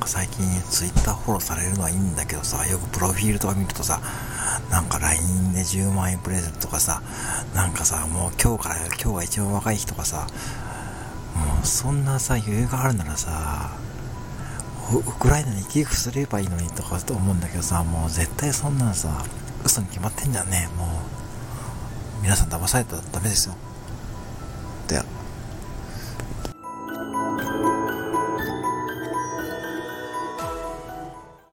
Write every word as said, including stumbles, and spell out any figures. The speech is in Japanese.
か最近ツイッターフォローされるのはいいんだけどさ、よくプロフィールとか見るとさ、なんか ライン でじゅうまんえんプレゼントとかさ、なんかさ、もう今日から今日が一番若い日とかさ、もうそんなさ余裕があるならさ、ウクライナに寄付すればいいのにとかと思うんだけどさ、もう絶対そんなのさ、嘘に決まってんじゃんね。もう皆さん騙されたらダメですよ。では。